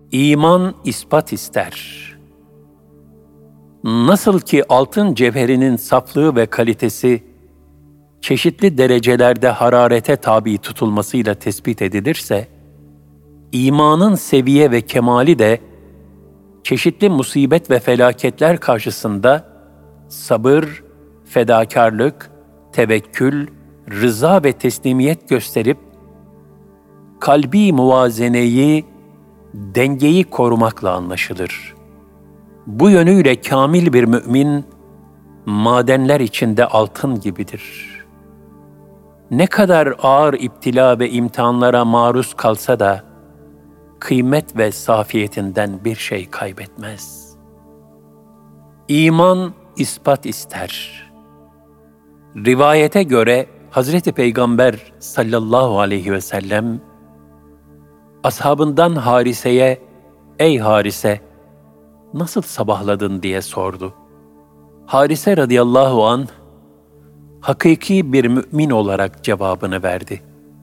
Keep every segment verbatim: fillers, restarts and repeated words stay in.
İman ispat ister. Nasıl ki altın cevherinin saflığı ve kalitesi, çeşitli derecelerde hararete tabi tutulmasıyla tespit edilirse, imanın seviye ve kemali de, çeşitli musibet ve felaketler karşısında sabır, fedakarlık, tevekkül, rıza ve teslimiyet gösterip, kalbi muvazeneyi, dengeyi korumakla anlaşılır. Bu yönüyle kamil bir mümin, madenler içinde altın gibidir. Ne kadar ağır iptila ve imtihanlara maruz kalsa da, kıymet ve safiyetinden bir şey kaybetmez. İman ispat ister. Rivayete göre Hazreti Peygamber sallallahu aleyhi ve sellem, ashabından Harise'ye, "Ey Harise, nasıl sabahladın?" diye sordu. Harise radıyallahu anh, hakiki bir mümin olarak cevabını verdi.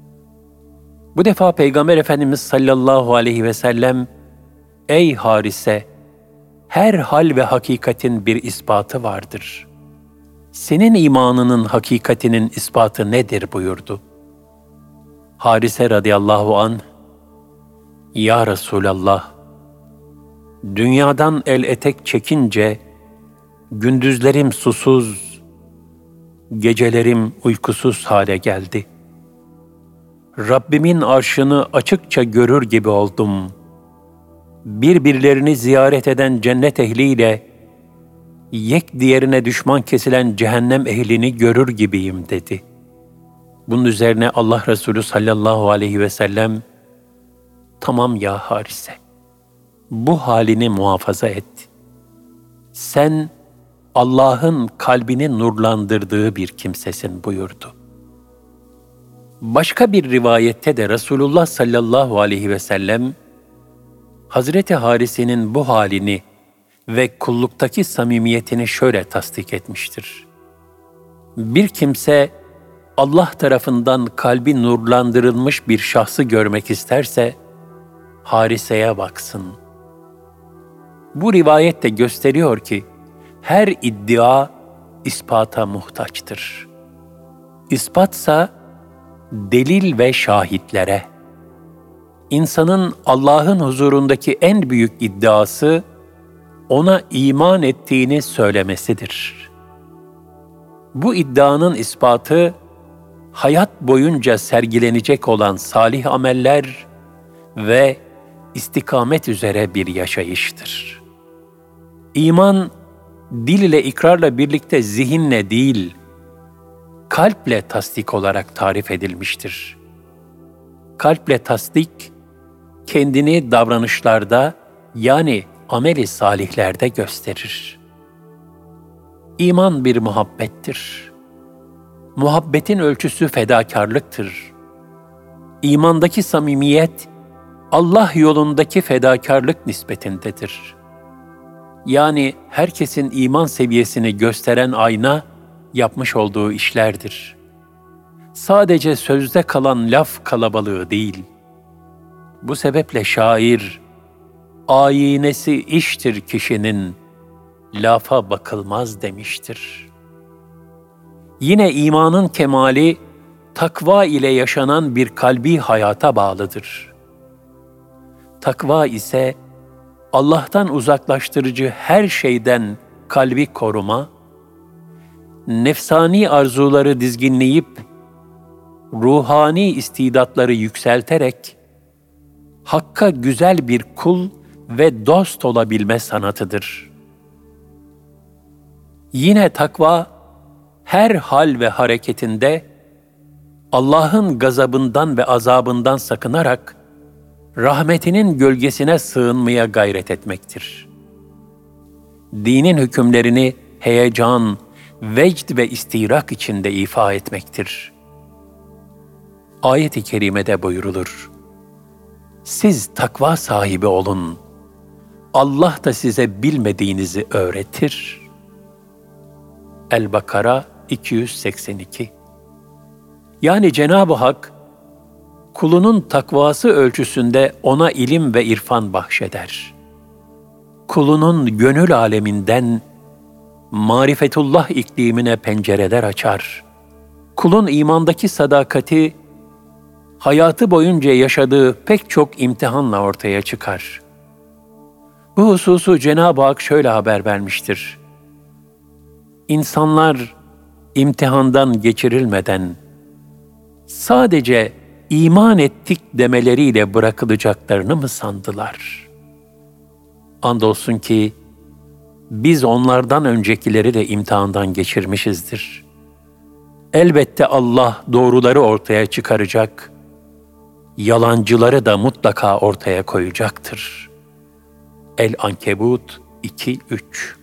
Bu defa Peygamber Efendimiz sallallahu aleyhi ve sellem, "Ey Harise, her hal ve hakikatin bir ispatı vardır. Senin imanının hakikatinin ispatı nedir?" buyurdu. Harise radıyallahu anh, "Ya Resulallah, dünyadan el etek çekince, gündüzlerim susuz, gecelerim uykusuz hale geldi. Rabbimin arşını açıkça görür gibi oldum. Birbirlerini ziyaret eden cennet ehliyle, yek diğerine düşman kesilen cehennem ehlini görür gibiyim" dedi. Bunun üzerine Allah Resulü sallallahu aleyhi ve sellem, "Tamam ya Harise, bu halini muhafaza et. Sen Allah'ın kalbini nurlandırdığı bir kimsesin" buyurdu. Başka bir rivayette de Resulullah sallallahu aleyhi ve sellem, Hazreti Harise'nin bu halini ve kulluktaki samimiyetini şöyle tasdik etmiştir. Bir kimse Allah tarafından kalbi nurlandırılmış bir şahsı görmek isterse, Harise'ye baksın. Bu rivayet de gösteriyor ki, her iddia ispata muhtaçtır. İspatsa delil ve şahitlere. İnsanın Allah'ın huzurundaki en büyük iddiası, ona iman ettiğini söylemesidir. Bu iddianın ispatı, hayat boyunca sergilenecek olan salih ameller ve istikamet üzere bir yaşayıştır. İman, dil ile ikrarla birlikte zihinle değil, kalple tasdik olarak tarif edilmiştir. Kalple tasdik, kendini davranışlarda, yani ameli salihlerde gösterir. İman bir muhabbettir. Muhabbetin ölçüsü fedakarlıktır. İmandaki samimiyet, Allah yolundaki fedakarlık nispetindedir. Yani herkesin iman seviyesini gösteren ayna, yapmış olduğu işlerdir. Sadece sözde kalan laf kalabalığı değil. Bu sebeple şair, "Ayinesi iştir kişinin, lafa bakılmaz" demiştir. Yine imanın kemali, takva ile yaşanan bir kalbi hayata bağlıdır. Takva ise, Allah'tan uzaklaştırıcı her şeyden kalbi koruma, nefsani arzuları dizginleyip, ruhani istidatları yükselterek, Hakk'a güzel bir kul ve dost olabilme sanatıdır. Yine takva, her hal ve hareketinde, Allah'ın gazabından ve azabından sakınarak, rahmetinin gölgesine sığınmaya gayret etmektir. Dinin hükümlerini heyecan, vecd ve istirak içinde ifa etmektir. Ayet-i kerimede buyurulur: "Siz takva sahibi olun, Allah da size bilmediğinizi öğretir." El-Bakara iki yüz seksen iki. Yani Cenab-ı Hak, kulunun takvası ölçüsünde ona ilim ve irfan bahşeder. Kulunun gönül aleminden marifetullah iklimine pencereler açar. Kulun imandaki sadakati, hayatı boyunca yaşadığı pek çok imtihanla ortaya çıkar. Bu hususu Cenab-ı Hak şöyle haber vermiştir. İnsanlar imtihandan geçirilmeden sadece iman ettik demeleriyle bırakılacaklarını mı sandılar? Andolsun ki biz onlardan öncekileri de imtihandan geçirmişizdir. Elbette Allah doğruları ortaya çıkaracak, yalancıları da mutlaka ortaya koyacaktır. El-Ankebut iki üç.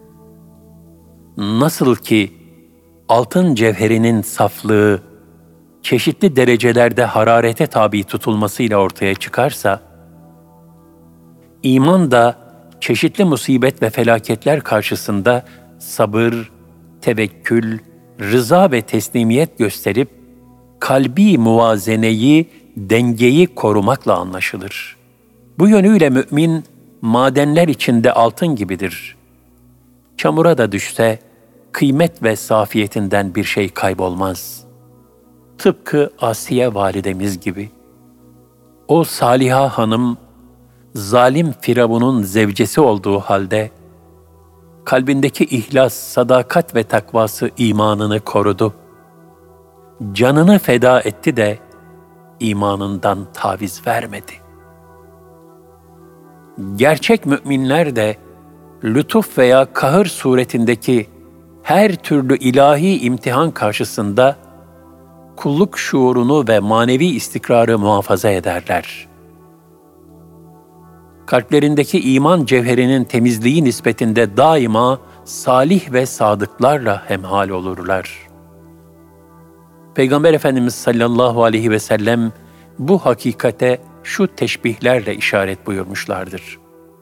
Nasıl ki altın cevherinin saflığı çeşitli derecelerde hararete tabi tutulmasıyla ortaya çıkarsa, iman da çeşitli musibet ve felaketler karşısında sabır, tevekkül, rıza ve teslimiyet gösterip kalbi muvazeneyi, dengeyi korumakla anlaşılır. Bu yönüyle mümin, madenler içinde altın gibidir. Çamura da düşse, kıymet ve safiyetinden bir şey kaybolmaz. Tıpkı Asiye validemiz gibi. O Saliha hanım, zalim Firavun'un zevcesi olduğu halde, kalbindeki ihlas, sadakat ve takvası imanını korudu. Canını feda etti de imanından taviz vermedi. Gerçek müminler de lütuf veya kahır suretindeki her türlü ilahi imtihan karşısında kulluk şuurunu ve manevi istikrarı muhafaza ederler. Kalplerindeki iman cevherinin temizliği nispetinde daima salih ve sadıklarla hemhal olurlar. Peygamber Efendimiz sallallahu aleyhi ve sellem bu hakikate şu teşbihlerle işaret buyurmuşlardır.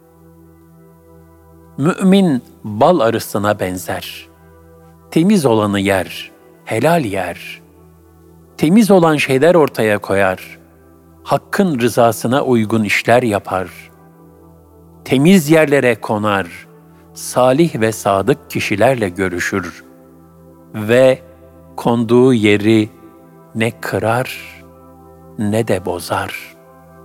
Mümin bal arısına benzer. Temiz olanı yer, helal yer. Temiz olan şeyler ortaya koyar. Hakkın rızasına uygun işler yapar. Temiz yerlere konar. Salih ve sadık kişilerle görüşür. Ve konduğu yeri ne kırar ne de bozar.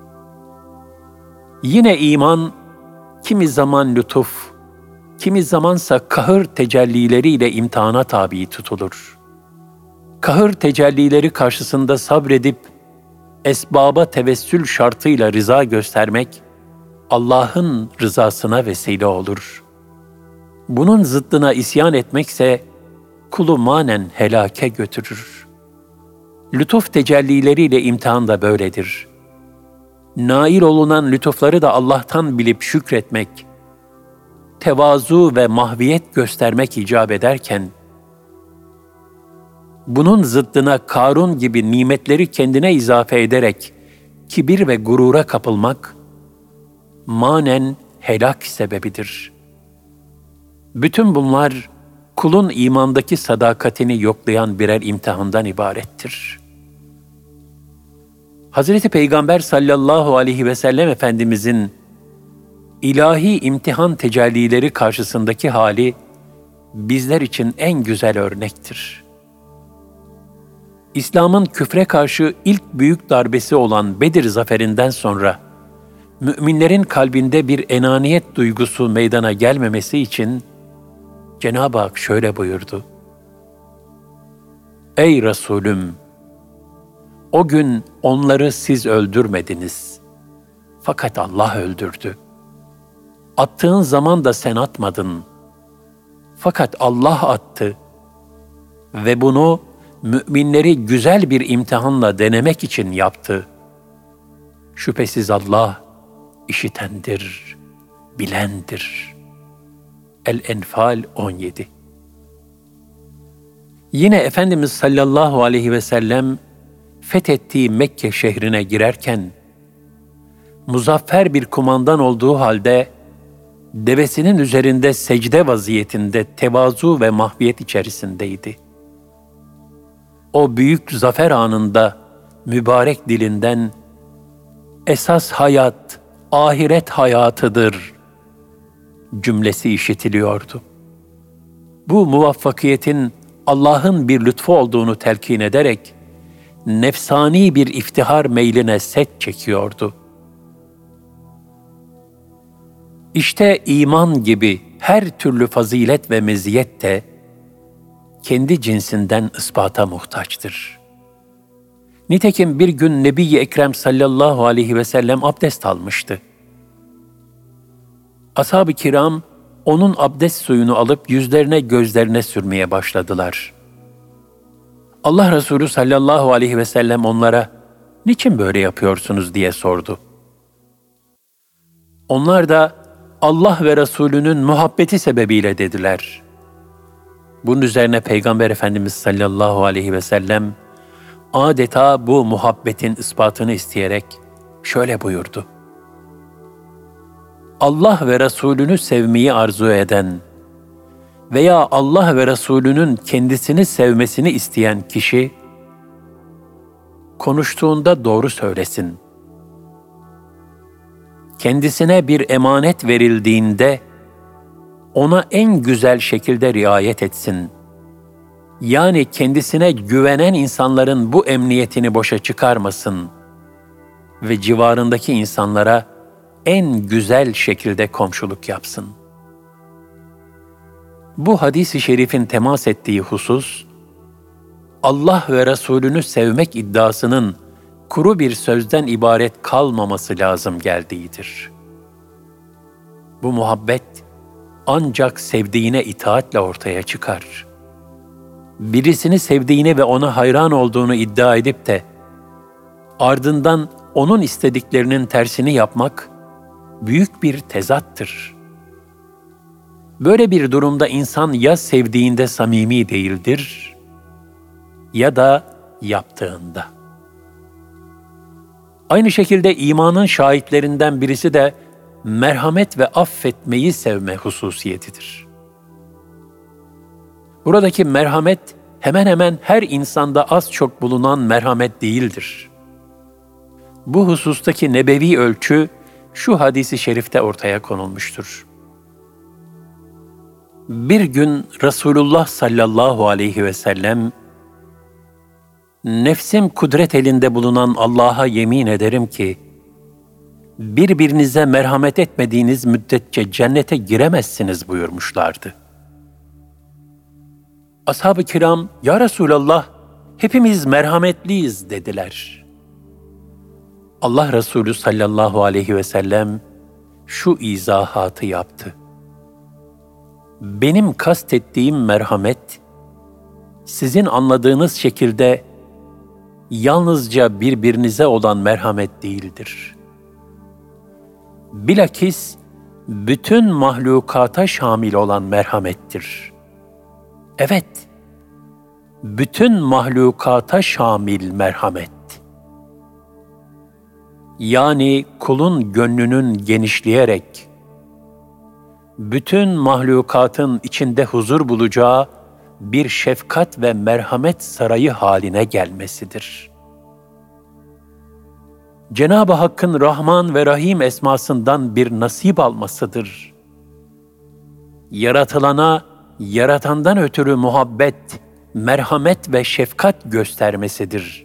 Yine iman, kimi zaman lütuf, kimi zamansa kahır tecellileriyle imtihana tabi tutulur. Kahır tecellileri karşısında sabredip, esbaba tevessül şartıyla rıza göstermek, Allah'ın rızasına vesile olur. Bunun zıddına isyan etmekse, kulu manen helake götürür. Lütuf tecellileriyle imtihan da böyledir. Nail olunan lütufları da Allah'tan bilip şükretmek, tevazu ve mahviyet göstermek icap ederken, bunun zıddına Karun gibi nimetleri kendine izafe ederek kibir ve gurura kapılmak, manen helak sebebidir. Bütün bunlar, kulun imandaki sadakatini yoklayan birer imtihandan ibarettir. Hazreti Peygamber sallallahu aleyhi ve sellem Efendimizin ilahi imtihan tecellileri karşısındaki hali bizler için en güzel örnektir. İslam'ın küfre karşı ilk büyük darbesi olan Bedir zaferinden sonra müminlerin kalbinde bir enaniyet duygusu meydana gelmemesi için Cenab-ı Hak şöyle buyurdu. Ey Resulüm! O gün onları siz öldürmediniz. Fakat Allah öldürdü. Attığın zaman da sen atmadın. Fakat Allah attı. Ve bunu müminleri güzel bir imtihanla denemek için yaptı. Şüphesiz Allah işitendir, bilendir. El-Enfal on yedi. Yine Efendimiz sallallahu aleyhi ve sellem fethettiği Mekke şehrine girerken, muzaffer bir kumandan olduğu halde, devesinin üzerinde secde vaziyetinde tevazu ve mahviyet içerisindeydi. O büyük zafer anında mübarek dilinden esas hayat, ahiret hayatıdır cümlesi işitiliyordu. Bu muvaffakiyetin Allah'ın bir lütfu olduğunu telkin ederek nefsani bir iftihar meyline set çekiyordu. İşte iman gibi her türlü fazilet ve meziyet de kendi cinsinden ispata muhtaçtır. Nitekim bir gün Nebi-i Ekrem sallallahu aleyhi ve sellem abdest almıştı. Ashab-ı kiram onun abdest suyunu alıp yüzlerine gözlerine sürmeye başladılar. Allah Resulü sallallahu aleyhi ve sellem onlara "Niçin böyle yapıyorsunuz?" diye sordu. Onlar da Allah ve Resulünün muhabbeti sebebiyle dediler. Bunun üzerine Peygamber Efendimiz sallallahu aleyhi ve sellem adeta bu muhabbetin ispatını isteyerek şöyle buyurdu: Allah ve Resulünü sevmeyi arzu eden veya Allah ve Resulünün kendisini sevmesini isteyen kişi, konuştuğunda doğru söylesin. Kendisine bir emanet verildiğinde, ona en güzel şekilde riayet etsin. Yani kendisine güvenen insanların bu emniyetini boşa çıkarmasın ve civarındaki insanlara en güzel şekilde komşuluk yapsın. Bu hadis-i şerifin temas ettiği husus, Allah ve Resulünü sevmek iddiasının kuru bir sözden ibaret kalmaması lazım geldiğidir. Bu muhabbet ancak sevdiğine itaatle ortaya çıkar. Birisini sevdiğini ve ona hayran olduğunu iddia edip de ardından onun istediklerinin tersini yapmak büyük bir tezattır. Böyle bir durumda insan ya sevdiğinde samimi değildir ya da yaptığında. Aynı şekilde imanın şahitlerinden birisi de merhamet ve affetmeyi sevme hususiyetidir. Buradaki merhamet hemen hemen her insanda az çok bulunan merhamet değildir. Bu husustaki nebevi ölçü şu hadis-i şerifte ortaya konulmuştur. Bir gün Resulullah sallallahu aleyhi ve sellem, "Nefsim kudret elinde bulunan Allah'a yemin ederim ki, birbirinize merhamet etmediğiniz müddetçe cennete giremezsiniz" buyurmuşlardı. Ashab-ı kiram, "Ya Resulallah, hepimiz merhametliyiz" dediler. Allah Resulü sallallahu aleyhi ve sellem şu izahatı yaptı: "Benim kastettiğim merhamet, sizin anladığınız şekilde yalnızca birbirinize olan merhamet değildir. Bilakis bütün mahlukata şamil olan merhamettir. Evet, bütün mahlukata şamil merhamet. Yani kulun gönlünün genişleyerek, bütün mahlukatın içinde huzur bulacağı bir şefkat ve merhamet sarayı haline gelmesidir. Cenab-ı Hakk'ın Rahman ve Rahim esmasından bir nasip almasıdır. Yaratılana, yaratandan ötürü muhabbet, merhamet ve şefkat göstermesidir.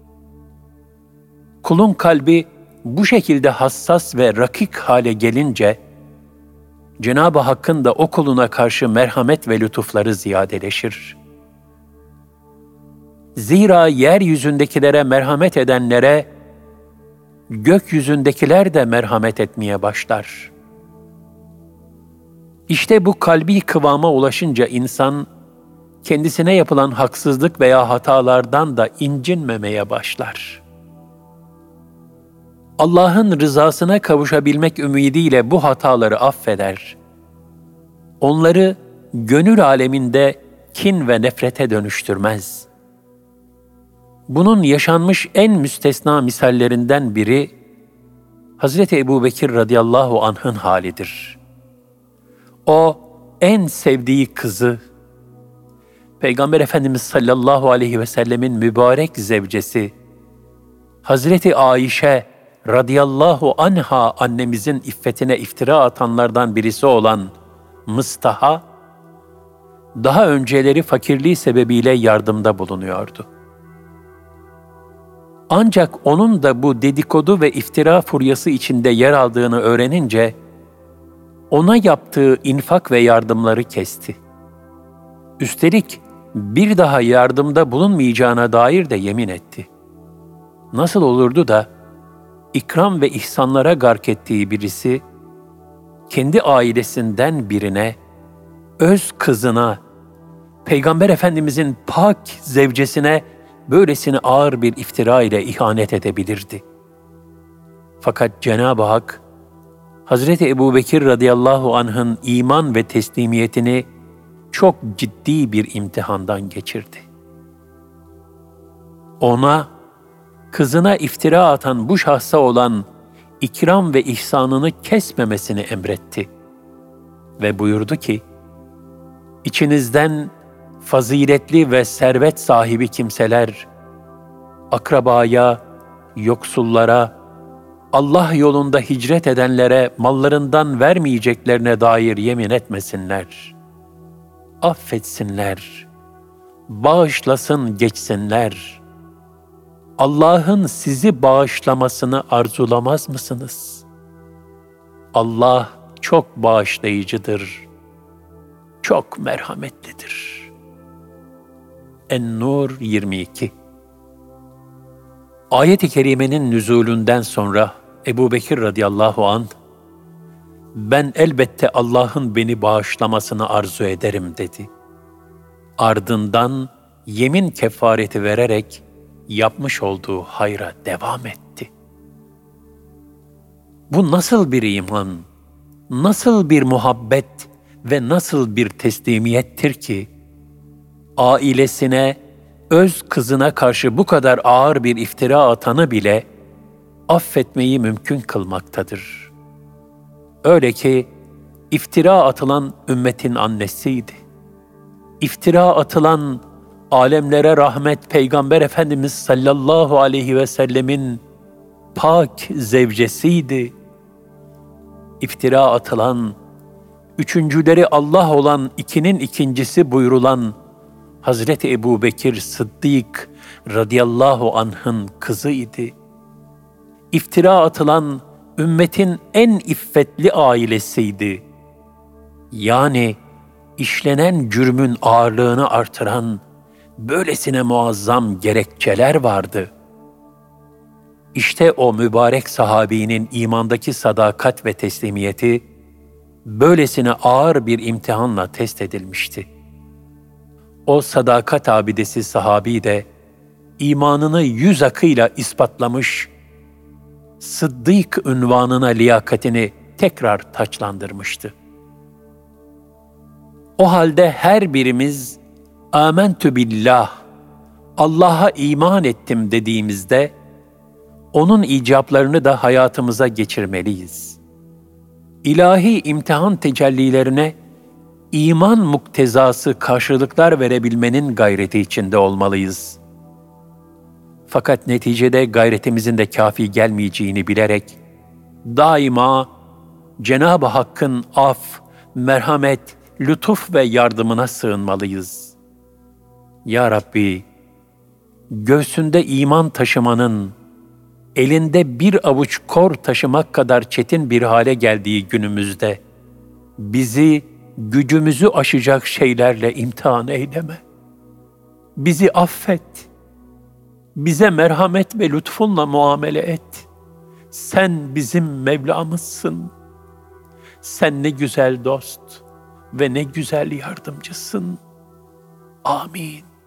Kulun kalbi bu şekilde hassas ve rakik hale gelince, Cenab-ı Hakk'ın da o kuluna karşı merhamet ve lütufları ziyadeleşir. Zira yeryüzündekilere merhamet edenlere, gökyüzündekiler de merhamet etmeye başlar. İşte bu kalbi kıvama ulaşınca insan, kendisine yapılan haksızlık veya hatalardan da incinmemeye başlar. Allah'ın rızasına kavuşabilmek ümidiyle bu hataları affeder. Onları gönül aleminde kin ve nefrete dönüştürmez. Bunun yaşanmış en müstesna misallerinden biri, Hazreti Ebubekir radıyallahu anh'ın halidir. O, en sevdiği kızı, Peygamber Efendimiz sallallahu aleyhi ve sellemin mübarek zevcesi, Hazreti Ayşe radıyallahu anha annemizin iffetine iftira atanlardan birisi olan Mıstaha, daha önceleri fakirliği sebebiyle yardımda bulunuyordu. Ancak onun da bu dedikodu ve iftira furyası içinde yer aldığını öğrenince, ona yaptığı infak ve yardımları kesti. Üstelik bir daha yardımda bulunmayacağına dair de yemin etti. Nasıl olurdu da ikram ve ihsanlara gark ettiği birisi, kendi ailesinden birine, öz kızına, Peygamber Efendimizin pak zevcesine böylesine ağır bir iftira ile ihanet edebilirdi. Fakat Cenab-ı Hak, Hazreti Ebubekir radıyallahu anh'ın iman ve teslimiyetini çok ciddi bir imtihandan geçirdi. Ona, kızına iftira atan bu şahsa olan ikram ve ihsanını kesmemesini emretti. Ve buyurdu ki, İçinizden faziletli ve servet sahibi kimseler, akrabaya, yoksullara, Allah yolunda hicret edenlere mallarından vermeyeceklerine dair yemin etmesinler. Affetsinler, bağışlasın geçsinler. Allah'ın sizi bağışlamasını arzulamaz mısınız? Allah çok bağışlayıcıdır, çok merhametlidir. En-Nur yirmi iki. Ayet-i kerimenin nüzulünden sonra Ebubekir radıyallahu anh, ben elbette Allah'ın beni bağışlamasını arzu ederim dedi. Ardından yemin kefareti vererek yapmış olduğu hayra devam etti. Bu nasıl bir iman, nasıl bir muhabbet ve nasıl bir teslimiyettir ki, ailesine, öz kızına karşı bu kadar ağır bir iftira atanı bile affetmeyi mümkün kılmaktadır. Öyle ki iftira atılan ümmetin annesiydi. İftira atılan alemlere rahmet Peygamber Efendimiz sallallahu aleyhi ve sellemin pak zevcesiydi. İftira atılan, üçüncüleri Allah olan ikinin ikincisi buyurulan Hazreti Ebubekir Sıddık radıyallahu anh'ın kızıydı. İftira atılan ümmetin en iffetli ailesiydi. Yani işlenen cürmün ağırlığını artıran böylesine muazzam gerekçeler vardı. İşte o mübarek sahabinin imandaki sadakat ve teslimiyeti böylesine ağır bir imtihanla test edilmişti. O sadakat abidesi sahabi de imanını yüz akıyla ispatlamış, Sıddık unvanına liyakatini tekrar taçlandırmıştı. O halde her birimiz "Âmentü billah", Allah'a iman ettim dediğimizde, onun icaplarını da hayatımıza geçirmeliyiz. İlahi imtihan tecellilerine iman muktezası karşılıklar verebilmenin gayreti içinde olmalıyız. Fakat neticede gayretimizin de kafi gelmeyeceğini bilerek, daima Cenab-ı Hakk'ın af, merhamet, lütuf ve yardımına sığınmalıyız. Ya Rabbi, göğsünde iman taşımanın, elinde bir avuç kor taşımak kadar çetin bir hale geldiği günümüzde, bizi gücümüzü aşacak şeylerle imtihan eyleme. Bizi affet. Bize merhamet ve lütfunla muamele et. Sen bizim Mevlamızsın. Sen ne güzel dost ve ne güzel yardımcısın. Amin.